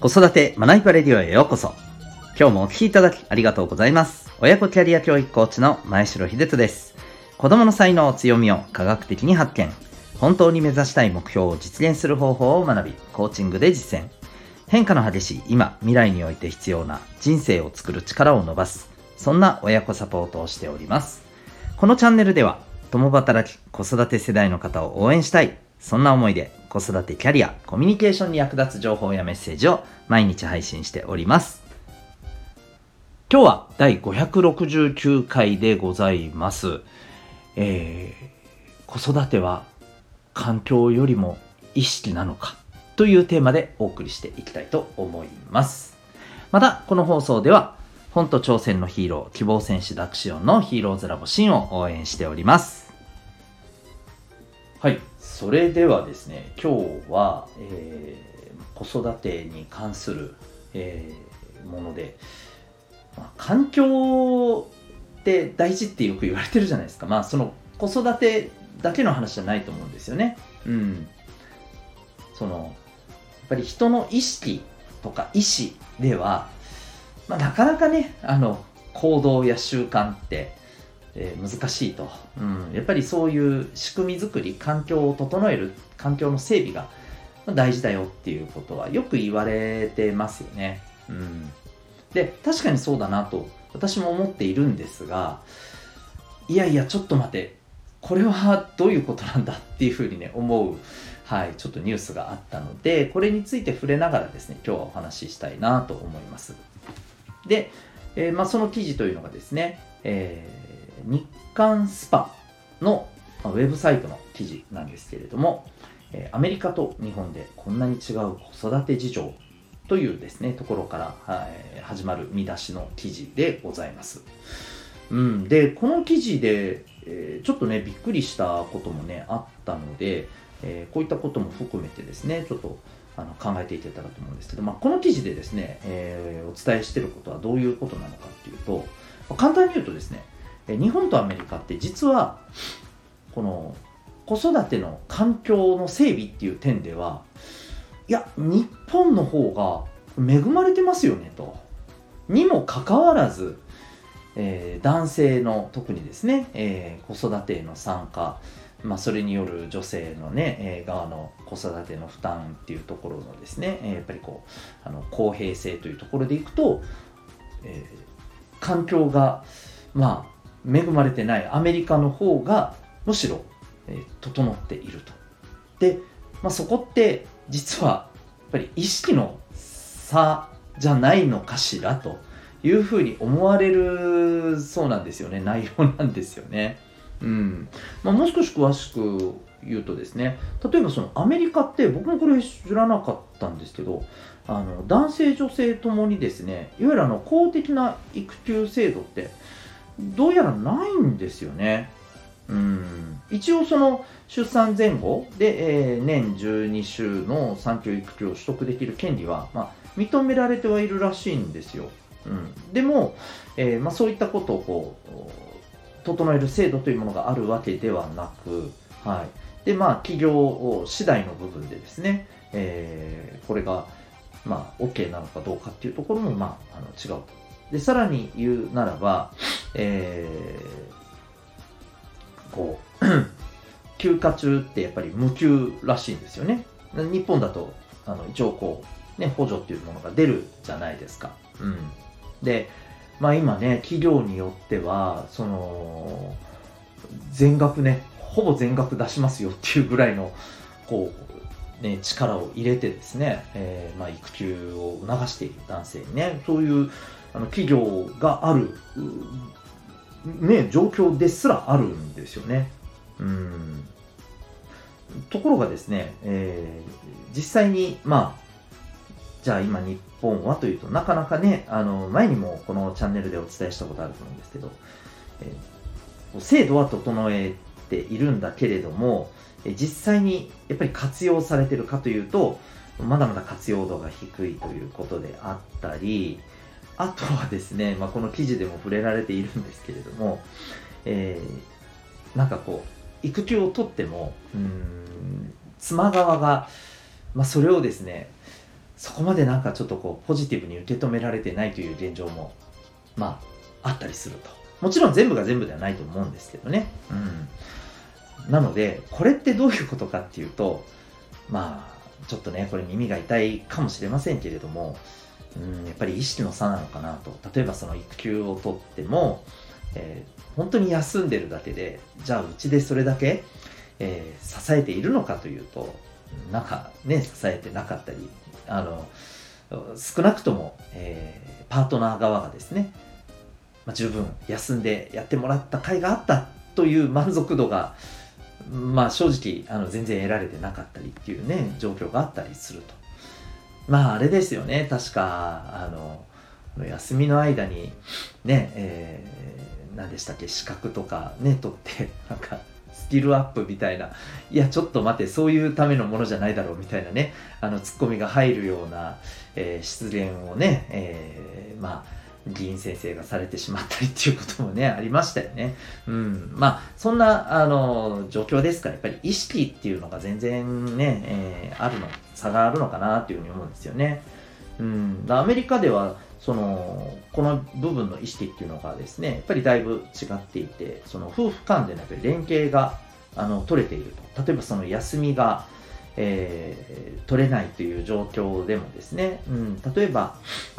子育て学びバレディオへようこそ。今日もお聞きいただきありがとうございます。親子キャリア教育コーチの前城秀人です。子供の才能強みを科学的に発見、本当に目指したい目標を実現する方法を学び、コーチングで実践、変化の激しい今未来において必要な人生を作る力を伸ばす、そんな親子サポートをしております。このチャンネルでは共働き子育て世代の方を応援したい、そんな思いで子育てキャリアコミュニケーションに役立つ情報やメッセージを毎日配信しております。今日は第569回でございます。子育ては環境よりも意識なのかというテーマでお送りしていきたいと思います。またこの放送では本と挑戦のヒーロー希望戦士ダクシオンのヒーローズラボシンを応援しております。はい、それではですね、今日は、子育てに関する、もので、環境って大事ってよく言われてるじゃないですか。その子育てだけの話じゃないと思うんですよね。やっぱり人の意識とか意思では、なかなかね、行動や習慣って難しいと、やっぱりそういう仕組み作り、環境を整える、環境の整備が大事だよっていうことはよく言われてますよね。で、確かにそうだなと私も思っているんですが、いやいやちょっと待て、これはどういうことなんだっていうふうにね思う、ちょっとニュースがあったので、これについて触れながらですね、今日はお話ししたいなと思います。で、その記事というのがですね、日刊スパのウェブサイトの記事なんですけれども、アメリカと日本でこんなに違う子育て事情というですねところから、始まる見出しの記事でございます。で、この記事で、ちょっとねびっくりしたこともねあったので、こういったことも含めてですねちょっと考えていけたらと思うんですけど、この記事でですね、お伝えしていることはどういうことなのかっていうと、簡単に言うとですね、日本とアメリカって実はこの子育ての環境の整備っていう点では、いや日本の方が恵まれてますよねと。にもかかわらず、男性の特にですね、子育てへの参加、それによる女性のね、側の子育ての負担っていうところのですね、やっぱり公平性というところでいくと、環境が恵まれてないアメリカの方がむしろ、整っていると。で、そこって実はやっぱり意識の差じゃないのかしらというふうに思われるそうなんですよね、内容なんですよね。もう少し詳しく言うとですね、例えばそのアメリカって僕もこれ知らなかったんですけど、男性女性ともにですね、いわゆる公的な育休制度ってどうやらないんですよね。一応その出産前後で、年12週の産休育休を取得できる権利は、認められてはいるらしいんですよ。でも、そういったことを整える制度というものがあるわけではなく、で企業次第の部分でですね、これがOK なのかどうかっていうところも違うと。で、さらに言うならば、休暇中ってやっぱり無給らしいんですよね。日本だと一応補助っていうものが出るじゃないですか。で、今ね企業によってはその全額ね、ほぼ全額出しますよっていうぐらいの力を入れてですね、育休を促している男性にね、そういう企業がある状況ですらあるんですよね。ところがですね、実際にじゃあ今日本はというと、なかなかね、前にもこのチャンネルでお伝えしたことあると思うんですけど、制度は整えているんだけれども、実際にやっぱり活用されているかというと、まだまだ活用度が低いということであったり、あとはですね、この記事でも触れられているんですけれども、育休を取っても妻側が、それをですねそこまでなんかちょっとこうポジティブに受け止められてないという現状もあったりすると。もちろん全部が全部ではないと思うんですけどね。なのでこれってどういうことかっていうと、ちょっとねこれ耳が痛いかもしれませんけれども、やっぱり意識の差なのかなと。例えばその育休を取っても、本当に休んでるだけで、じゃあうちでそれだけ、支えているのかというと、なんかね支えてなかったり、少なくとも、パートナー側がですね、十分休んでやってもらった甲斐があったという満足度が、正直全然得られてなかったりっていうね状況があったりすると。あれですよね、確か休みの間にね、何でしたっけ、資格とかね取ってなんかスキルアップみたいな、いやちょっと待って、そういうためのものじゃないだろうみたいなねツッコミが入るような、失言をね、議員先生がされてしまったりっていうこともねありましたよね。そんな状況ですから、やっぱり意識っていうのが全然ね、差があるのかなっていうふうに思うんですよね。アメリカではこの部分の意識っていうのがですね、やっぱりだいぶ違っていて、その夫婦間でのやっぱり連携が取れていると。例えばその休みが取れないという状況でもですね、例えば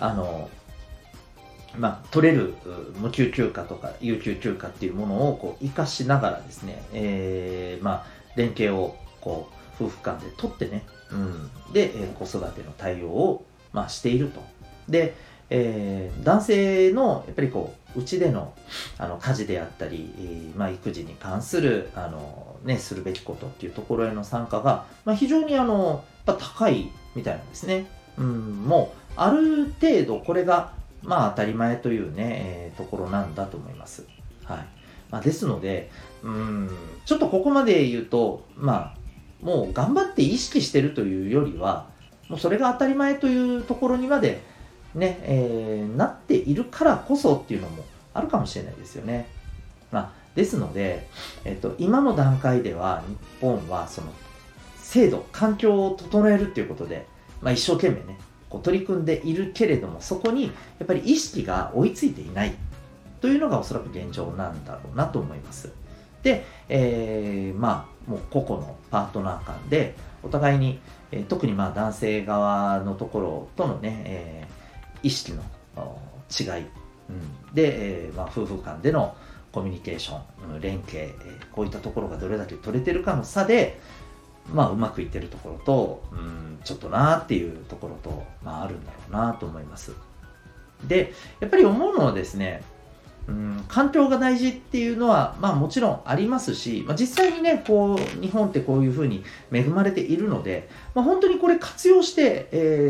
取れる無給休暇とか有給休暇っていうものをこう活かしながらですね、連携をこう夫婦間で取ってね、で、子育ての対応を、していると。で、男性のやっぱりこううちでの家事であったり、育児に関するするべきことっていうところへの参加が、非常にやっぱ高いみたいなんですね。もうある程度これが当たり前というね、ところなんだと思います。ですので、ちょっとここまで言うと、もう頑張って意識してるというよりは、もうそれが当たり前というところにまでね、なっているからこそっていうのもあるかもしれないですよね。ですので、今の段階では日本はその制度、環境を整えるっていうことで、一生懸命ね、取り組んでいるけれども、そこにやっぱり意識が追いついていないというのがおそらく現状なんだろうなと思います。で、もう個々のパートナー間でお互いに、特に男性側のところとのね、意識の違い、で、夫婦間でのコミュニケーション、連携、こういったところがどれだけ取れてるかの差で、うまくいってるところと、ちょっとなーっていうところと、あるんだろうなと思います。で、やっぱり思うのはですね、環境が大事っていうのは、もちろんありますし、実際にね、こう、日本ってこういうふうに恵まれているので、本当にこれ活用して、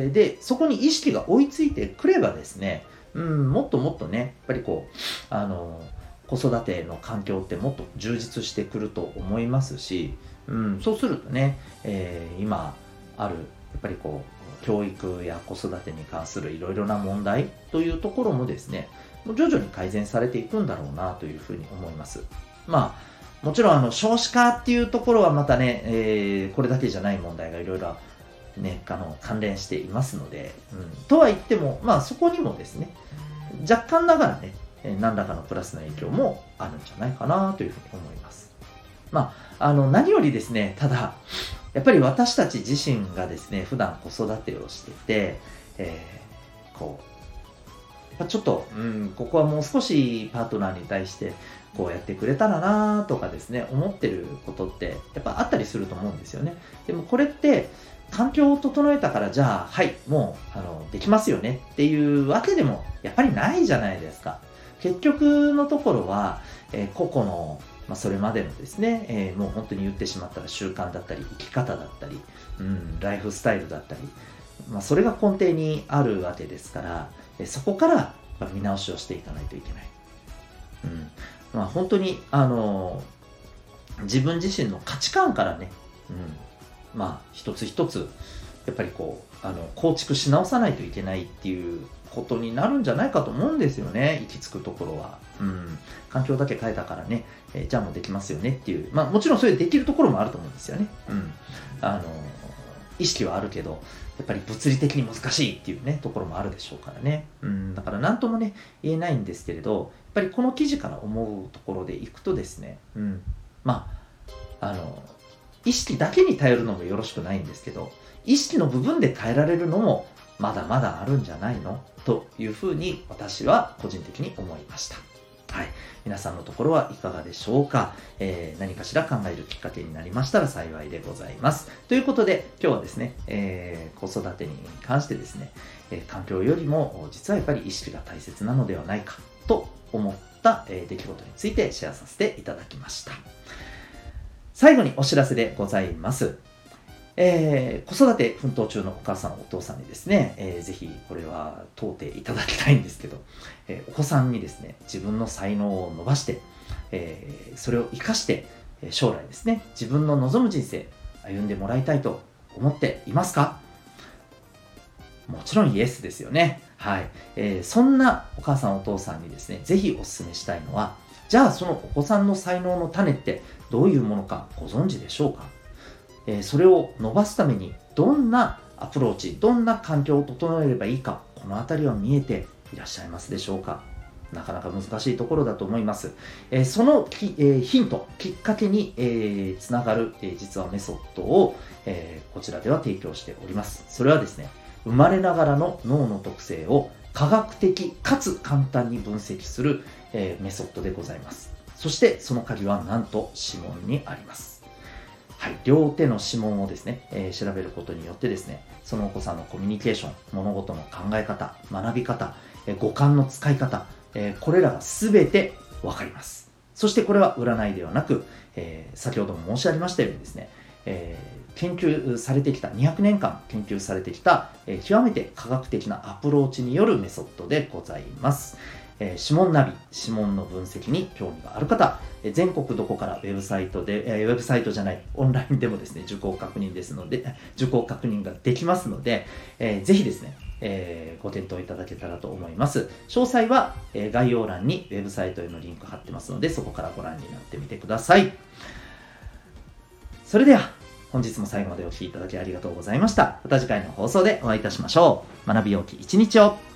で、そこに意識が追いついてくればですね、もっともっとね、やっぱりこう、子育ての環境ってもっと充実してくると思いますし、そうするとね、今ある、やっぱりこう、教育や子育てに関するいろいろな問題というところもですね、徐々に改善されていくんだろうなというふうに思います。もちろん少子化っていうところはまたね、これだけじゃない問題がいろいろね、関連していますので、とは言っても、そこにもですね、若干ながらね、何らかのプラスの影響もあるんじゃないかなというふうに思います。何よりですね、ただ、やっぱり私たち自身がですね、普段子育てをしてて、ちょっと、ここはもう少しパートナーに対してこうやってくれたらなとかですね、思ってることってやっぱあったりすると思うんですよね。でもこれって環境を整えたからじゃあ、はい、もうできますよねっていうわけでもやっぱりないじゃないですか。結局のところは、個々のそれまでのですね、もう本当に言ってしまったら習慣だったり、生き方だったり、ライフスタイルだったり、それが根底にあるわけですから、そこから見直しをしていかないといけない。本当に、自分自身の価値観からね、一つ一つ、やっぱり構築し直さないといけないっていうことになるんじゃないかと思うんですよね、行き着くところは。環境だけ変えたからね、じゃあもうできますよねっていう、もちろんそれできるところもあると思うんですよね。意識はあるけど、 っぱり物理的に難しいっていうね、ところもあるでしょうからね。だから何ともね、言えないんですけれど、やっぱりこの記事から思うところでいくとですね、意識だけに頼るのもよろしくないんですけど、意識の部分で変えられるのもまだまだあるんじゃないのというふうに私は個人的に思いました。はい。皆さんのところはいかがでしょうか。何かしら考えるきっかけになりましたら幸いでございます。ということで、今日はですね、子育てに関してですね、環境よりも実はやっぱり意識が大切なのではないかと思った出来事についてシェアさせていただきました。最後にお知らせでございます。子育て奮闘中のお母さんお父さんにですね、ぜひこれは問うていただきたいんですけど、お子さんにですね自分の才能を伸ばして、それを生かして将来ですね自分の望む人生歩んでもらいたいと思っていますか？もちろんイエスですよね。はい。そんなお母さんお父さんにですねぜひお勧めしたいのは、じゃあそのお子さんの才能の種ってどういうものかご存知でしょうか？それを伸ばすためにどんなアプローチ、どんな環境を整えればいいか、このあたりは見えていらっしゃいますでしょうか？なかなか難しいところだと思います。そのヒント、きっかけにつながる実はメソッドをこちらでは提供しております。それはですね、生まれながらの脳の特性を科学的かつ簡単に分析するメソッドでございます。そしてその鍵はなんと指紋にあります。はい、両手の指紋をですね、調べることによってですね、そのお子さんのコミュニケーション、物事の考え方、学び方、五感の使い方、これらが全てわかります。そしてこれは占いではなく、先ほども申し上げましたようにですね、研究されてきた、200年間研究されてきた、極めて科学的なアプローチによるメソッドでございます。指紋ナビ、指紋の分析に興味がある方、全国どこからウェブサイトで、ウェブサイトじゃない、オンラインでもですね、受講確認ですので、受講確認ができますので、ぜひですね、ご検討いただけたらと思います。詳細は、概要欄にウェブサイトへのリンク貼ってますので、そこからご覧になってみてください。それでは、本日も最後までお聞きいただきありがとうございました。また次回の放送でお会いいたしましょう。学びようき一日を。